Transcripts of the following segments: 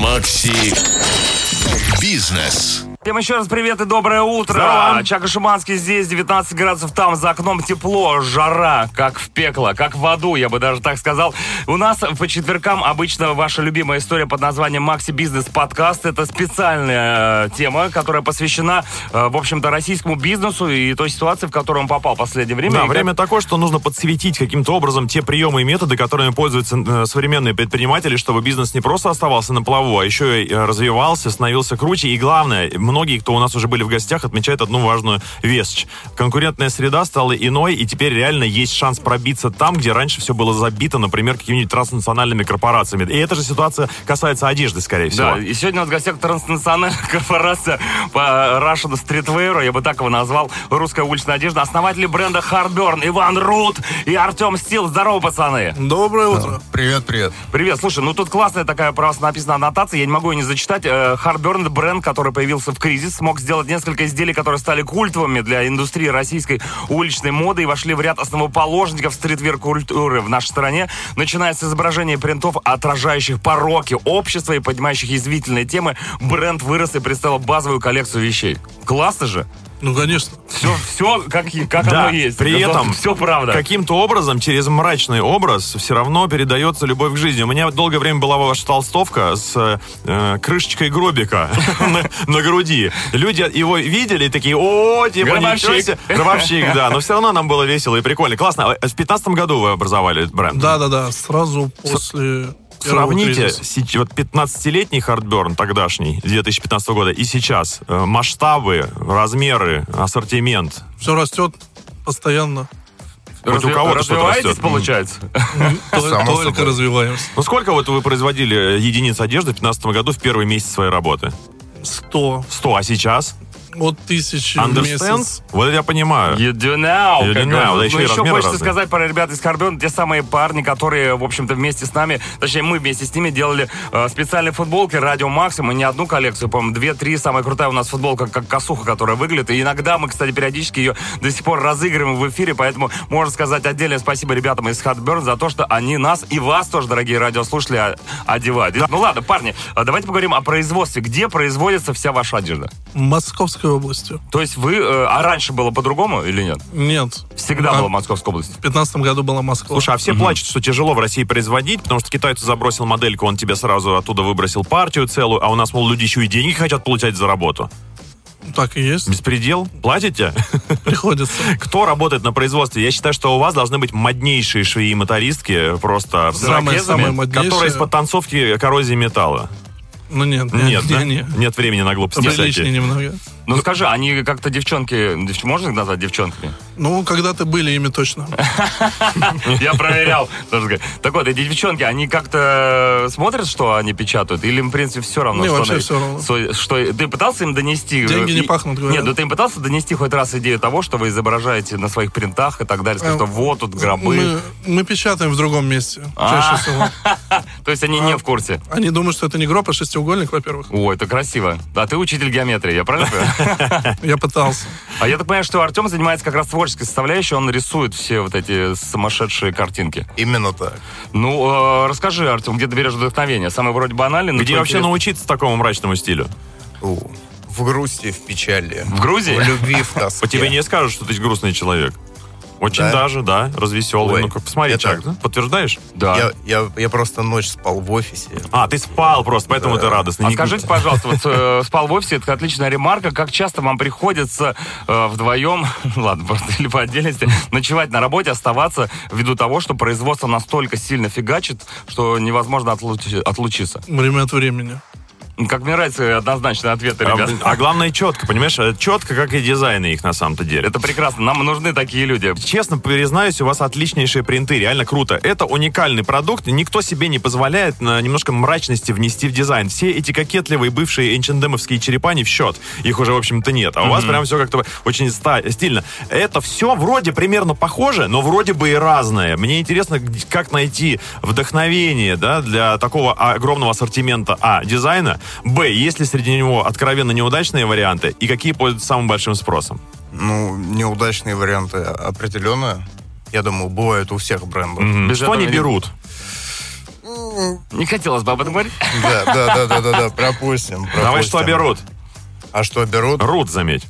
Макси Бизнес. Всем еще раз привет и доброе утро. Здорово. Чака Шуманский здесь, 19 градусов там, за окном тепло, жара, как в пекло, как в аду, я бы даже так сказал. У нас по четвергам обычно ваша любимая история под названием Макси Бизнес подкаст. Это специальная тема, которая посвящена, в общем-то, российскому бизнесу и той ситуации, в которую он попал в последнее время. Да, время такое, что нужно подсветить каким-то образом те приемы и методы, которыми пользуются современные предприниматели, чтобы бизнес не просто оставался на плаву, а еще и развивался, становился круче. И главное, многие, кто у нас уже были в гостях, отмечают одну важную вещь. Конкурентная среда стала иной, и теперь реально есть шанс пробиться там, где раньше все было забито, например, какими-нибудь транснациональными корпорациями. И эта же ситуация касается одежды, скорее всего. Да, и сегодня у нас в гостях транснациональная корпорация по Russian Streetwear, я бы так его назвал, русская уличная одежда, основатели бренда Heartburn, Иван Рут и Артем Стил. Здорово, пацаны. Доброе утро. Привет. Привет. Слушай, ну тут классная такая просто написана аннотация, я не могу ее не зачитать. Heartburn — это бренд, который появился в кризис, смог сделать несколько изделий, которые стали культовыми для индустрии российской уличной моды и вошли в ряд основоположников стритвер-культуры в нашей стране, начиная с изображения принтов, отражающих пороки общества и поднимающих язвительные темы. Бренд вырос и представил базовую коллекцию вещей. Классно же? Ну, конечно. Все как Да, оно есть. при этом все правда. каким-то образом через мрачный образ все равно передается любовь к жизни. У меня долгое время была ваша толстовка с крышечкой гробика на груди. Люди его видели и такие: о, типа, ничего себе. Гробовщик, да. Но все равно нам было весело и прикольно. Классно. В 2015 году вы образовали этот бренд? Да, сразу после... Сравните вот 15-летний Heartburn тогдашний, 2015 года, и сейчас. Масштабы, размеры, ассортимент. Все растет постоянно. Хоть у кого-то что-то Развиваетесь, растет. получается? Только развиваемся. Ну сколько вот вы производили единиц одежды в 2015 году в первый месяц своей работы? 100. 100, а сейчас? От 1000 в Understand? месяц. Вот это я понимаю. You do now. You do как now. говорится. Да еще Ну, и еще размеры хочется разные. сказать про ребят из Heartburn, те самые парни, которые, в общем-то, вместе с нами, точнее, мы вместе с ними делали специальные футболки Радио Максимум, и не одну коллекцию, по-моему, 2-3. Самая крутая у нас футболка, как косуха, которая выглядит. И иногда мы, кстати, периодически ее до сих пор разыгрываем в эфире, поэтому можно сказать отдельное спасибо ребятам из Heartburn за то, что они нас и вас тоже, дорогие радиослушатели, одевают. Ну ладно, парни, давайте поговорим о производстве. Где производится вся ваша одежда? Московской областью. То есть вы... а раньше было по-другому или нет? Нет. Всегда А была Московская область. В 2015 году была Москва. Слушай, а все плачут, что тяжело в России производить, потому что китайцу забросил модельку, он тебе сразу оттуда выбросил партию целую, а у нас, мол, люди еще и деньги хотят получать за работу. Так и есть. Беспредел? Платите? Приходится. Кто работает на производстве? Я считаю, что у вас должны быть моднейшие швеи и мотористки, просто Самые моднейшие. которые из подтанцовки коррозии металла. Ну нет. Нет, да? Не. Нет времени на глупости Приличнее всякие. немного. Ну скажи, они как-то девчонки... Можно их назвать девчонками? Ну, когда-то были ими точно. Я проверял. Так вот, эти девчонки, они как-то смотрят, что они печатают? Или им, в принципе, все равно? Не, что вообще они- все равно. Что ты пытался им донести? Деньги не пахнут, говорят. Нет, ну ты им пытался донести хоть раз идею того, что вы изображаете на своих принтах и так далее? Сказать, что вот тут гробы. Мы печатаем в другом месте, чаще всего. То есть они не в курсе? Они думают, что это не гроб, а шестиугольник, во-первых. Ой, это красиво. А ты учитель геометрии, я правильно понимаю? Я пытался. А я так понимаю, что Артем занимается как раз творческой составляющей, он рисует все вот эти сумасшедшие картинки. Именно так. Ну, расскажи, Артем, где ты берешь вдохновение? Самый вроде банальный, но... Где вообще научиться такому мрачному стилю? В грусти, в печали. В Грузии? В любви, в тоске. По тебе не скажут, что ты грустный человек. Очень Да? даже, да, развеселый. Ой, Ну-ка, посмотри, это- Чак, да? Подтверждаешь? Да. Я просто ночь спал в офисе. А, ты спал просто, поэтому Да. ты радостный. А Не- скажите, пожалуйста, вот спал в офисе, это отличная ремарка. Как часто вам приходится вдвоем, ладно, просто или по отдельности, ночевать на работе, оставаться ввиду того, что производство настолько сильно фигачит, что невозможно отлучиться? Время от времени. Как мне нравятся однозначные ответы, ребят. А главное четко, понимаешь? Четко, как и дизайны их на самом-то деле. Это прекрасно. Нам нужны такие люди. Честно признаюсь, у вас отличнейшие принты, реально круто. Это уникальный продукт, никто себе не позволяет немножко мрачности внести в дизайн. Все эти кокетливые бывшие H&M-овские черепа не в счет. Их уже, в общем-то, нет. А у вас прям все как-то очень стильно. Это все вроде примерно похоже, но вроде бы и разное. Мне интересно, как найти вдохновение, да, для такого огромного ассортимента дизайна. Б, есть ли среди него откровенно неудачные варианты и какие пользуются самым большим спросом? Ну, неудачные варианты определенно. Я думаю, бывают у всех брендов. Что они берут? Не хотелось бы об этом говорить. Да, пропустим. Давай, что берут? А что берут? Рут, заметь.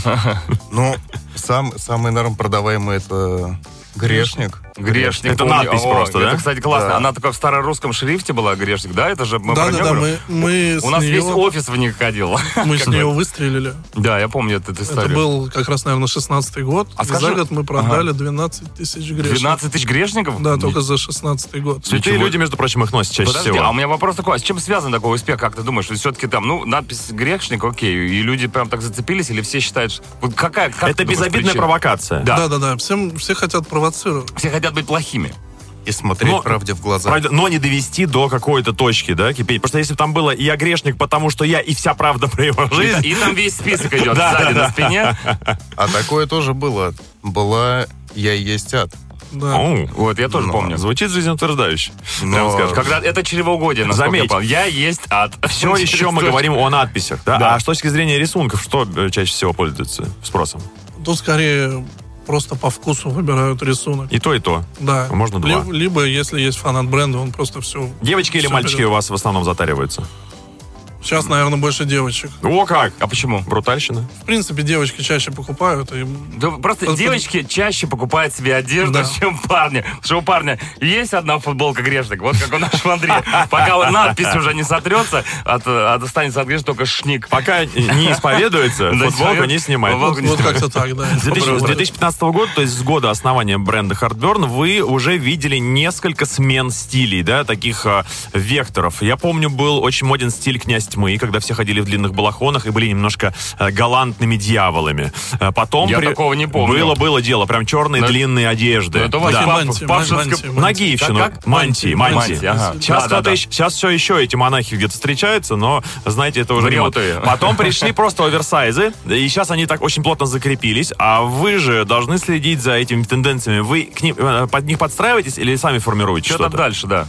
Ну, самый, наверное, продаваемый это грешник. Грешник. Это помню. надпись просто, да? Это, кстати, классно. Да. Она такая в старорусском шрифте была, грешник, да? Это же мы про Да, неё мы У нас с весь нее, офис в них ходил. мы с Как бы. нее выстрелили. Да, я помню эту Это историю. был как раз, наверное, 16-й год. А И скажи- за год мы продали 12 тысяч грешников. 12 тысяч грешников? Да, только за 16-й год. Святые Ничего. люди, между прочим, их носят чаще Подожди, всего. а у меня вопрос такой, а с чем связан такой успех, как ты думаешь? Все-таки там, надпись «грешник», окей, и люди прям так зацепились, или все считают, что... Вот как Это ты думаешь, безобидная причина? провокация. Да. Да. Все хотят провоцировать. Все хотят быть плохими. И смотреть Но- правде в глаза. Правда, но не довести до какой-то точки, да, кипеть. Потому что если бы там было «я грешник, потому что я» и вся правда про его жизнь... И там весь список идет Да, сзади да, на спине. А такое тоже было. Была «Я и есть ад». Да. Оу, Вот, я тоже Но- помню. звучит жизнеутверждающе. Но- Прямо скажем. Когда это чревоугодие, насколько Заметь. я понял. Я есть ад. Все еще мы говорим о надписях, да? Да. А с точки зрения рисунков, что чаще всего пользуется спросом? Тут скорее просто по вкусу выбирают рисунок. И то, и то. Да. Можно два. Либо, если есть фанат бренда, он просто все... Девочки или мальчики у вас в основном затариваются? Сейчас, наверное, больше девочек. О, как! А почему? Брутальщина. В принципе, девочки чаще покупают. И... Да просто Под- девочки чаще покупают себе одежду, Да. чем парни. Потому что у парня есть одна футболка грешник, вот как у нашего Андрея. Пока надпись уже не сотрется, останется от грешника только шник. Пока не исповедуется, Да, футболку не снимает. футболку не Вот снимает. как-то так, да. С 2015 года, то есть с года основания бренда Heartburn, вы уже видели несколько смен стилей, да, таких векторов. Я помню, был очень моден стиль «Князь тьмы», когда все ходили в длинных балахонах и были немножко галантными дьяволами. Потом Я такого не помню. Было дело, прям черные Да. длинные одежды. Это у вас Да. Мантии, в Павшинском... мантии. Нагиевщину, Как? мантии. Мантии, ага. Сейчас, Да. сейчас все еще эти монахи где-то встречаются, но, знаете, это уже не модно. Врёт. Потом пришли просто оверсайзы, и сейчас они так очень плотно закрепились, а вы же должны следить за этими тенденциями. Вы к ним, под них подстраиваетесь или сами формируете Что-то что-то? дальше, да.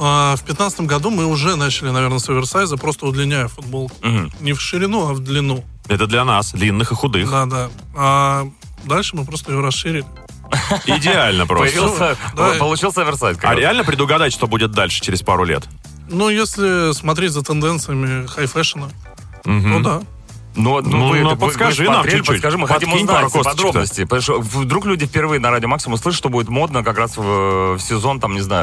В 2015 году мы уже начали, наверное, с оверсайза, просто удлиняя футболку. Не в ширину, а в длину. Это для нас, длинных и худых. Да. А дальше мы просто ее расширили. Идеально просто. Появился, Да. получился оверсайз. А реально предугадать, что будет дальше через пару лет? Ну, если смотреть за тенденциями хай-фэшена, ну да. Ну, подскажи нам смотрели, чуть-чуть. подскажи, мы хотим Подкинь узнать пару все косточек-то. подробности. Потому что вдруг люди впервые на Радио Максимум услышат, что будет модно как раз в сезон, там, не знаю,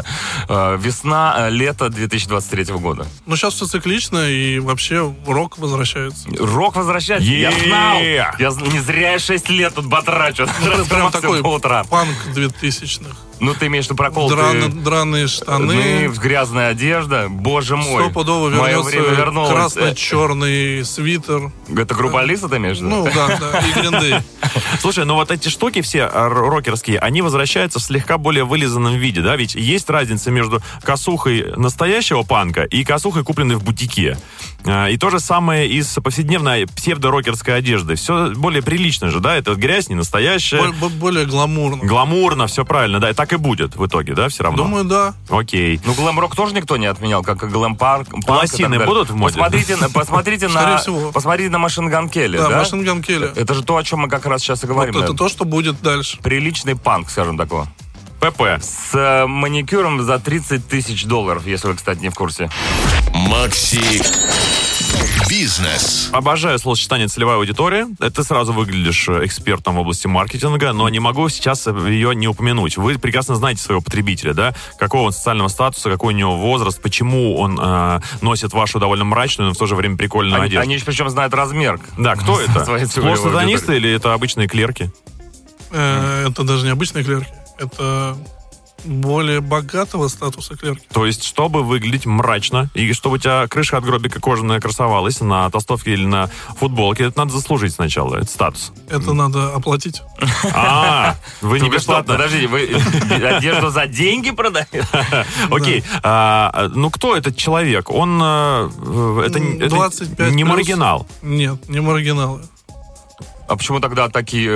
весна, лето 2023 года. Но сейчас все циклично, и вообще рок возвращается. Рок возвращается. Я знал. Не зря я 6 лет тут батрачу. Прям такой по утрам. панк 2000-х. Ну, ты имеешь в виду проколотые... Драные штаны. Грязная одежда. Боже мой. Стопудово Мое время вернется вернулось. красно-черный свитер. Это группа Алиса, ты имеешь в виду? Ну да, и Гриндей. Слушай, ну вот эти штуки все рокерские, они возвращаются в слегка более вылизанном виде, да? Ведь есть разница между косухой настоящего панка и косухой, купленной в бутике. И то же самое и с повседневной псевдорокерской одеждой. Все более прилично же, да? Это грязь не настоящая. Более гламурно. Гламурно, все правильно, да, и так и будет в итоге, да, все равно? Думаю, да. Окей. Ну, глэм-рок тоже никто не отменял, как и глэм-парк. Лосины будут в моде? Посмотрите Скорее всего. на Машин Ган Келли, Да, да? Машин Ган Келли. Это же то, о чем мы как раз сейчас и говорим. Вот это наверное. то, что будет дальше. Приличный панк, скажем такого. ПП. С маникюром за $30 тысяч, если вы, кстати, не в курсе. Макси Бизнес. Обожаю словосочетание «целевая аудитория». Это ты сразу выглядишь экспертом в области маркетинга, но не могу сейчас ее не упомянуть. Вы прекрасно знаете своего потребителя, да? Какого он социального статуса, какой у него возраст, почему он носит вашу довольно мрачную, но в то же время прикольную одежду. Они еще причем знают размер. Да, кто это? Своей целевой Сплошь-сатанисты аудитории. или это обычные клерки? Это даже не обычные клерки. Это более богатого статуса клерки. То есть, чтобы выглядеть мрачно, и чтобы у тебя крышка от гробика кожаная красовалась на толстовке или на футболке, это надо заслужить сначала, это статус. Это надо оплатить. Вы не Только что, бесплатно? подождите, вы одежду за деньги продаете? Окей. Ну, кто этот человек? Он... Это 25 не плюс. маргинал. Нет, не маргиналы. А почему тогда такие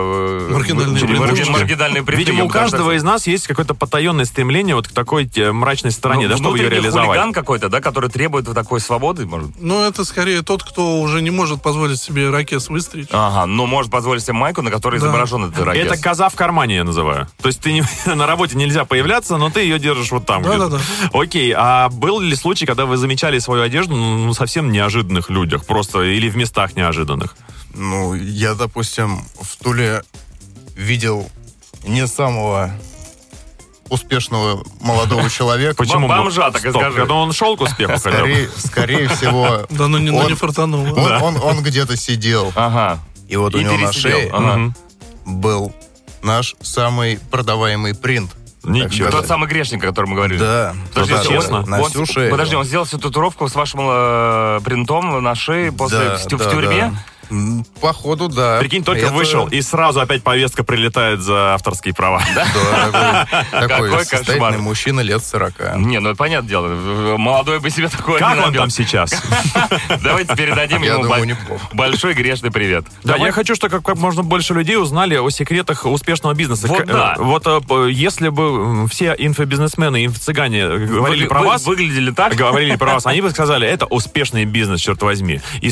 Маргинальные принты? Видимо, у каждого из нас есть какое-то потаенное стремление вот к такой мрачной стороне, да, чтобы ее реализовать. Хулиган какой-то, да, который требует вот такой свободы, может? Ну, это скорее тот, кто уже не может позволить себе ракет выстричь. Ага, но может позволить себе майку, на которой изображен этот ракет. Это коза в кармане, я называю. То есть ты на работе нельзя появляться, но ты ее держишь вот там. Да. Окей, а был ли случай, когда вы замечали свою одежду совсем неожиданных людях, просто или в местах неожиданных? Ну, я, допустим, в Туле видел не самого успешного молодого человека. Почему? Бомжа, так и скажи. Когда он шел к успеху, Скорее всего... Да, но не фартануло. Он где-то сидел. Ага. И вот у него на шее Ага. был наш самый продаваемый принт. Тот самый грешник, о котором мы говорили. Да. Подожди, честно. На всю шею. Подожди, он сделал всю татуировку с вашим принтом на шее после в тюрьме? Походу, да. Прикинь, только вышел, и сразу опять повестка прилетает за авторские права. Да, такой Какой состоятельный кошмар. мужчина лет 40. Не, ну это понятное дело. Молодой бы себе такое Как не он набил. там сейчас? Давайте передадим Я ему думаю, неплохо. большой грешный привет. Да, я хочу, чтобы как можно больше людей узнали о секретах успешного бизнеса. Вот да. Вот если бы все инфобизнесмены, инфо-цыгане говорили про вас, Выглядели так? говорили про вас, они бы сказали, это успешный бизнес, черт возьми. И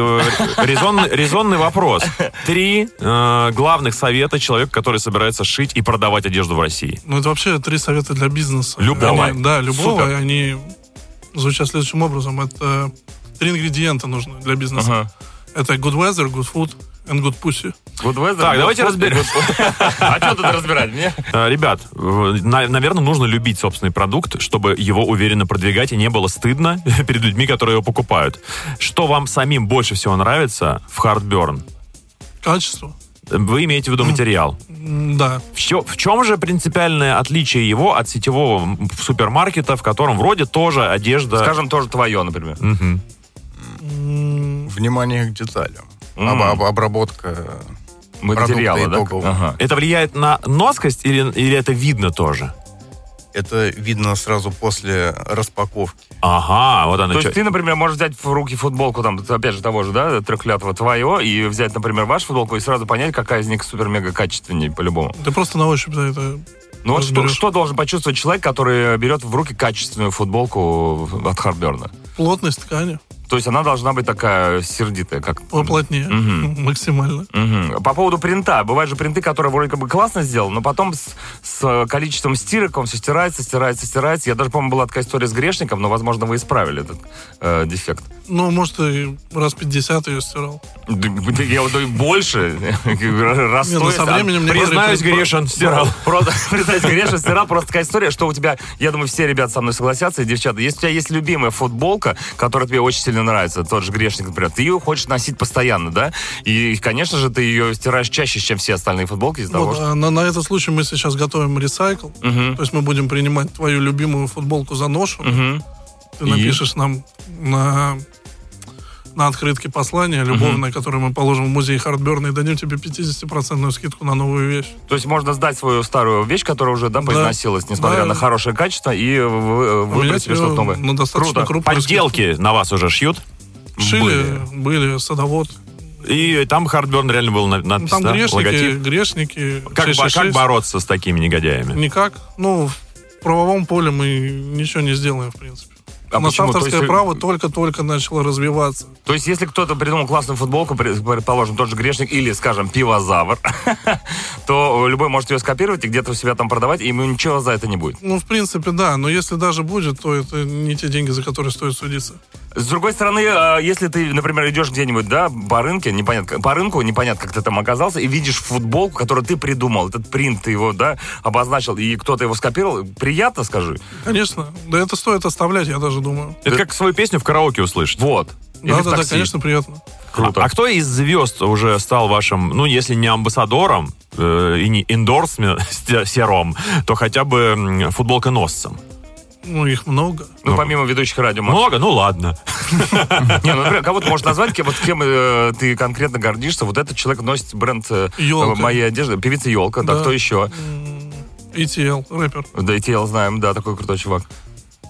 резонный вопрос. 3 главных совета человека, который собирается шить и продавать одежду в России. Ну, это вообще 3 совета для бизнеса. Любого. Да, любого. Супер. Они звучат следующим образом. Это 3 ингредиента нужны для бизнеса. Ага. Это good weather, good food and good pussy. Good weather, Так, good давайте food, разберем. good food. А что тут разбирать? Мне? Ребят, наверное, нужно любить собственный продукт, чтобы его уверенно продвигать и не было стыдно перед людьми, которые его покупают. Что вам самим больше всего нравится в Heartburn? Качество. Вы имеете в виду материал. Да. В чем же принципиальное отличие его от сетевого супермаркета, в котором вроде тоже одежда... Скажем, тоже твое, например. Внимание к деталям. Обработка Материалы, да? итогового. Ага. Это влияет на носкость или это видно тоже? Это видно сразу после распаковки. Ага, вот она То что. есть ты, например, можешь взять в руки футболку, там, опять же, того же, да, трехлятого твоего, и взять, например, вашу футболку и сразу понять, какая из них супер-мега качественнее по-любому. Ты просто на ощупь за это... Ну вот разберешь. что должен почувствовать человек, который берет в руки качественную футболку от Heartburn? Плотность ткани. То есть она должна быть такая сердитая, как... Поплотнее. Максимально. Мгм. По поводу принта. Бывают же принты, которые вроде как бы классно сделаны, но потом с количеством стирок он все стирается. Я даже, по-моему, была такая история с грешником, но, возможно, вы исправили этот дефект. Ну, может, и раз 50 ее стирал. Я вот и больше. Раз Не, ну, со временем некоторые Признаюсь, грешен, стирал. Просто, признаюсь, грешен, стирал. Просто такая история, что у тебя, я думаю, все ребята со мной согласятся, и девчата, если у тебя есть любимая футболка, которая тебе очень сильно нравится, тот же грешник, например, ты ее хочешь носить постоянно, да? И, конечно же, ты ее стираешь чаще, чем все остальные футболки из-за того, Вот, что... на этот случай мы сейчас готовим ресайкл. Мгм. То есть мы будем принимать твою любимую футболку за ношу. Мгм. Ты напишешь нам на открытке послание любовное, которое мы положим в музей Heartburn, и дадим тебе 50% скидку на новую вещь. То есть можно сдать свою старую вещь, которая уже, да, поизносилась, несмотря Да. на хорошее качество, и выбрать себе что-то новое. На достаточно Круто. крупную Подделки на вас уже шьют? скидку. Шили, были садовод. И там Heartburn реально был Ну, надпись, там да? грешники, Логотип. Как 666. бороться с такими негодяями? Никак. Ну, в правовом поле мы ничего не сделаем, в принципе. А У нас почему? То авторское есть- право только-только начало развиваться. То есть, если кто-то придумал классную футболку, предположим, тот же грешник или, скажем, пивозавр, то любой может ее скопировать и где-то у себя там продавать, и ему ничего за это не будет. Ну, в принципе, да. Но если даже будет, то это не те деньги, за которые стоит судиться. С другой стороны, если ты, например, идешь где-нибудь, да, по рынку, непонятно, как ты там оказался, и видишь футболку, которую ты придумал, этот принт, ты его, да, обозначил, и кто-то его скопировал, приятно, скажи. Конечно. Да это стоит оставлять, я даже думаю. Это как свою песню в караоке услышать. Вот. Или в Да, такси. конечно, приятно. Круто. А кто из звезд уже стал вашим, ну, если не амбассадором и не эндорсером, то хотя бы футболконосцем? Ну, их много. Ну, помимо ведущих радио. Много? Ну, ладно. Не, ну, например, кого ты можешь назвать, кем ты конкретно гордишься? Вот этот человек носит бренд Ёлка. моей одежды. Певица Ёлка, да, Да. кто еще? ETL, рэпер. Да, ETL знаем, да, такой крутой чувак.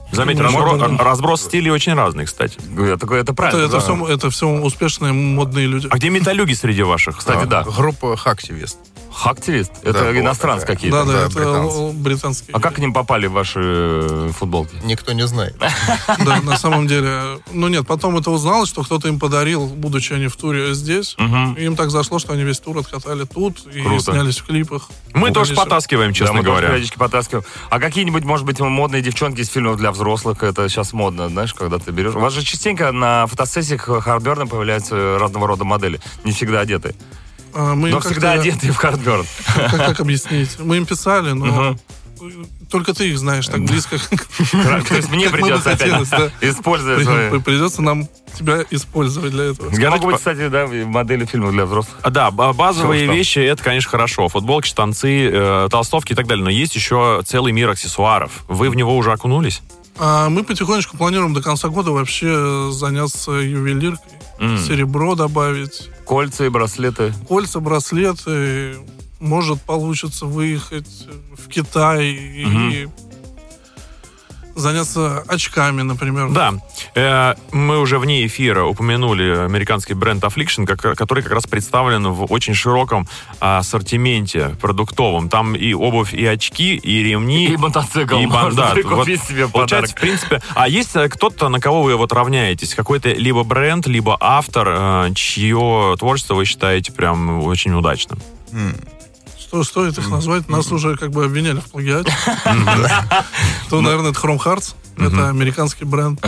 Заметь, разброс стилей очень разный, кстати. Это правильно. Это все успешные модные люди. А где металлюги среди ваших? Кстати, да. Группа «Хактивист». Хактивист? Это иностранцы какие-то? Да, это британцы. британские. А как к ним попали ваши футболки? Никто не знает. Да, на самом деле. Ну нет, потом это узналось, что кто-то им подарил, будучи они в туре здесь. И им так зашло, что они весь тур откатали тут и снялись в клипах. Мы тоже потаскиваем, честно говоря. Мы тоже периодически потаскиваем. А какие-нибудь, может быть, модные девчонки из фильмов для взрослых? Это сейчас модно, знаешь, когда ты берешь. У вас же частенько на фотосессиях Heartburn появляются разного рода модели, не всегда одетые. Но всегда одетые в Heartburn. Как объяснить? Мы им писали, но только ты их знаешь так близко. То есть мне придется опять использовать свои... Придется нам тебя использовать для этого. Я могу быть, кстати, да, модели фильмов для взрослых. Да, базовые вещи, это, конечно, хорошо. Футболки, штанцы, толстовки и так далее. Но есть еще целый мир аксессуаров. Вы в него уже окунулись? Мы потихонечку планируем до конца года вообще заняться ювелиркой. Серебро добавить. Кольца и браслеты. Кольца, браслеты. Может, получится выехать в Китай и заняться очками, например. Да. Мы уже вне эфира упомянули американский бренд Affliction, который как раз представлен в очень широком ассортименте продуктовом. Там и обувь, и очки, и ремни. И мотоцикл. Можно прикупить себе в подарок. В принципе. А есть кто-то, на кого вы вот равняетесь? Какой-то либо бренд, либо автор, чье творчество вы считаете прям очень удачным? Что стоит их назвать? Нас уже как бы обвиняли в плагиате. То, наверное, это Chrome Hearts. Это американский бренд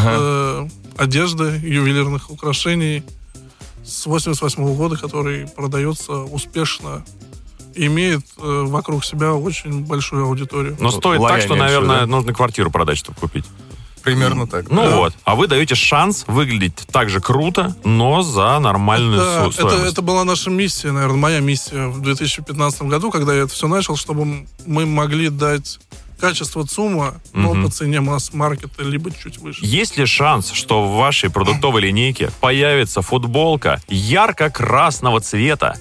одежды, ювелирных украшений с 88 года, который продается успешно и имеет вокруг себя очень большую аудиторию. Но стоит так, что, наверное, нужно квартиру продать, чтобы купить. Примерно так. Вот. А вы даете шанс выглядеть так же круто, но за нормальную стоимость. Это была наша миссия, наверное, моя миссия в 2015 году, когда я это все начал, чтобы мы могли дать качество ЦУМа, но по цене масс-маркета, либо чуть выше. Есть ли шанс, что в вашей продуктовой линейке появится футболка ярко-красного цвета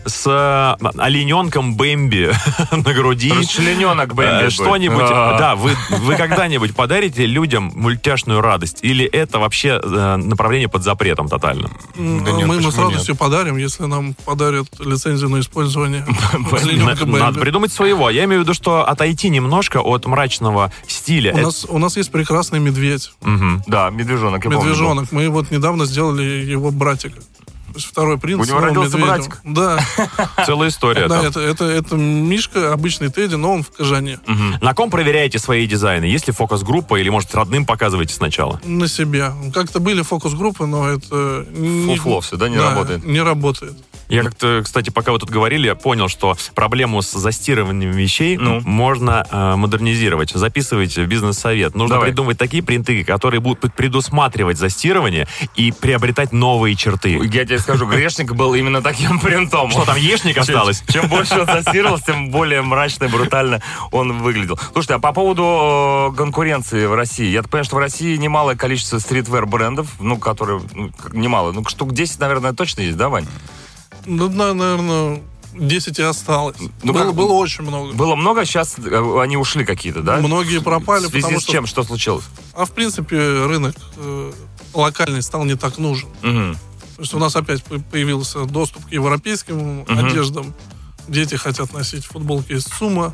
с олененком Бэмби на груди? Расчлененок Бэмби. Что-нибудь. Да, вы когда-нибудь подарите людям мультяшную радость? Или это вообще направление под запретом тотально? Мы с радостью подарим, если нам подарят лицензию на использование олененка Бэмби. Надо придумать своего. Я имею в виду, что отойти немножко от мрачного стиля. У нас есть прекрасный медведь. Да, медвежонок. Медвежонок. Мы вот недавно сделали его братика. То есть второй принц. У него родился братик? Да. Целая история. Да, это Мишка, обычный Тедди, но он в кожане. На ком проверяете свои дизайны? Есть ли фокус-группа или, может, родным показываете сначала? На себе. Как-то были фокус-группы, но это... Фуфло все, да, не работает? Не работает. Я как-то, кстати, пока вы тут говорили, я понял, что проблему с застирыванием вещей можно модернизировать. Записывайте в бизнес-совет. Нужно придумывать такие принты, которые будут предусматривать застирывание и приобретать новые черты. Я тебе скажу, грешник был именно таким принтом. Что, там ешник осталось? Чем больше он застирывался, тем более мрачно и брутально он выглядел. Слушайте, а по поводу конкуренции в России. Я понимаю, что в России немалое количество стритвер брендов, которые... немало. Штук 10, наверное, точно есть, да, Вань? Ну, наверное, 10 и осталось. Было очень много. Было много, сейчас они ушли какие-то, да? Многие пропали. В связи с чем? Что случилось? В принципе, рынок локальный стал не так нужен. То есть у нас опять появился доступ к европейским одеждам. Дети хотят носить футболки из ЦУМа.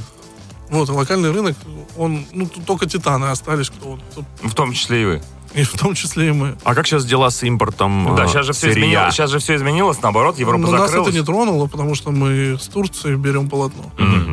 Вот, и локальный рынок, он, только титаны остались. В том числе и вы. И в том числе и мы. А как сейчас дела с импортом сейчас же все изменилось. Сейчас же все изменилось, наоборот, Европа закрылась. Нас это не тронуло, потому что мы с Турцией берем полотно.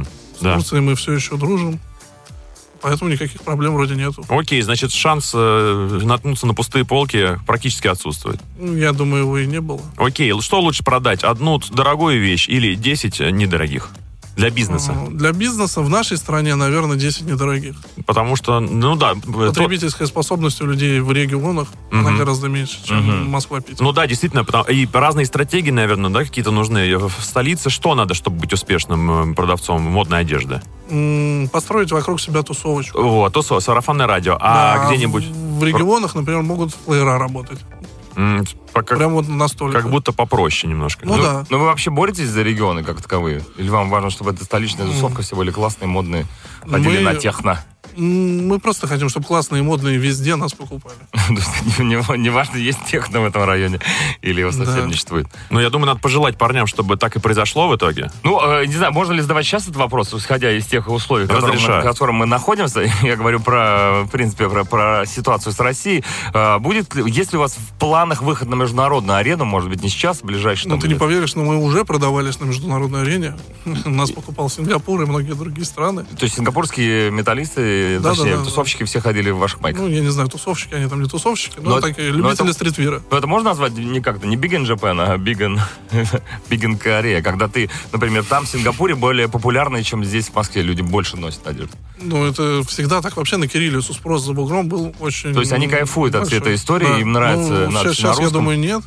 С Турцией мы все еще дружим. Поэтому никаких проблем вроде нету. Окей, значит, шанс наткнуться на пустые полки практически отсутствует. Я думаю, его и не было. Окей, что лучше продать? Одну дорогую вещь или 10 недорогих? Для бизнеса? Для бизнеса в нашей стране, наверное, 10 недорогих. Потому что, потребительская способность у людей в регионах, она гораздо меньше, чем Москва-Питер. Ну да, действительно, и разные стратегии, наверное, да, какие-то нужны. В столице что надо, чтобы быть успешным продавцом модной одежды? Построить вокруг себя тусовочку. Вот, сарафанное радио. А где-нибудь? В регионах, например, могут флеера работать. Прям вот настолько. Как будто попроще немножко. Да. Но вы вообще боретесь за регионы как таковые? Или вам важно, чтобы это столичная тусовка, все были классные, модные, ходили на техно? Мы просто хотим, чтобы классные и модные везде нас покупали. Неважно, есть техно в этом районе или его совсем не существует. Ну, я думаю, надо пожелать парням, чтобы так и произошло в итоге. Ну, не знаю, можно ли задавать сейчас этот вопрос, исходя из тех условий, в которых мы находимся. Я говорю в принципе, про ситуацию с Россией. Есть ли у вас в планах выход на международную арену, может быть, не сейчас, в ближайшее... Ну, ты не поверишь, но мы уже продавались на международной арене. Нас покупал Сингапур и многие другие страны. То есть сингапурские металлисты, тусовщики все ходили в ваших майках? Ну, я не знаю, тусовщики, они там не тусовщики, но такие любители стритвира. Но это можно назвать не как-то, не Big in Japan, а Big in Korea, когда ты, например, там в Сингапуре более популярный, чем здесь в Москве, люди больше носят одежду. Ну, это всегда так. Вообще на кириллицу спрос за бугром был очень... То есть они кайфуют от всей этой истории, им нравится надпись на сейчас, русском? я думаю, нет.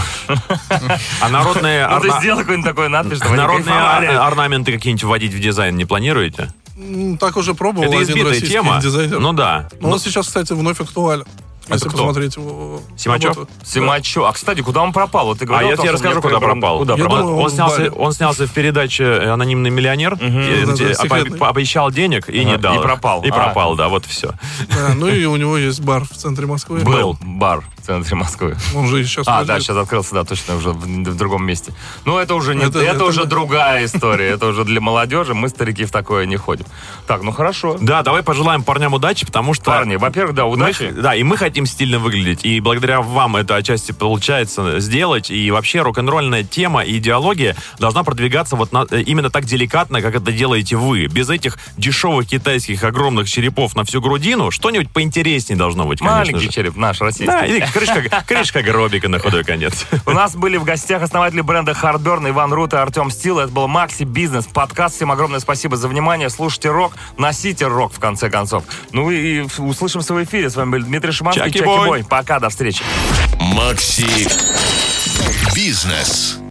А народные... Ну, ты сделай какой-нибудь такой надпись, чтобы народные орнаменты какие-нибудь вводить в дизайн не планируете? Так уже пробовал это один российский тема. дизайнер. Ну да. Но он сейчас, кстати, вновь актуален. Если посмотреть его... Симачев? Симачев. А, кстати, куда он пропал? Вот ты говорил, я тебе расскажу, куда пропал. Он снялся в передаче «Анонимный миллионер», пообещал денег и не дал. И пропал. И пропал, да, вот все. Ну и у него есть бар в центре Москвы. Был бар в центре Москвы. Он же сейчас... да, сейчас открылся, да, точно, уже в другом месте. Ну, это уже не... Это уже другая история. Это уже для молодежи. Мы, старики, в такое не ходим. Так, ну хорошо. Да, давай пожелаем парням удачи, потому что... Парни, во-первых, да, удачи. Да, и мы хотим стильно выглядеть. И благодаря вам это отчасти получается сделать. И вообще рок-н-ролльная тема и идеология должна продвигаться вот именно так деликатно, как это делаете вы. Без этих дешевых китайских огромных черепов на всю грудину. Что-нибудь поинтереснее должно быть, конечно Маленький же. череп наш, российский. Да, или крышка гробика на худой конец. У нас были в гостях основатели бренда Hardburn Иван Рут и Артем Стил. Это был Макси Бизнес подкаст. Всем огромное спасибо за внимание. Слушайте рок, носите рок, в конце концов. Ну и услышимся в эфире. С вами был Дмитрий Шиманский, Чаки Бой. Пока, до встречи. Макси Бизнес.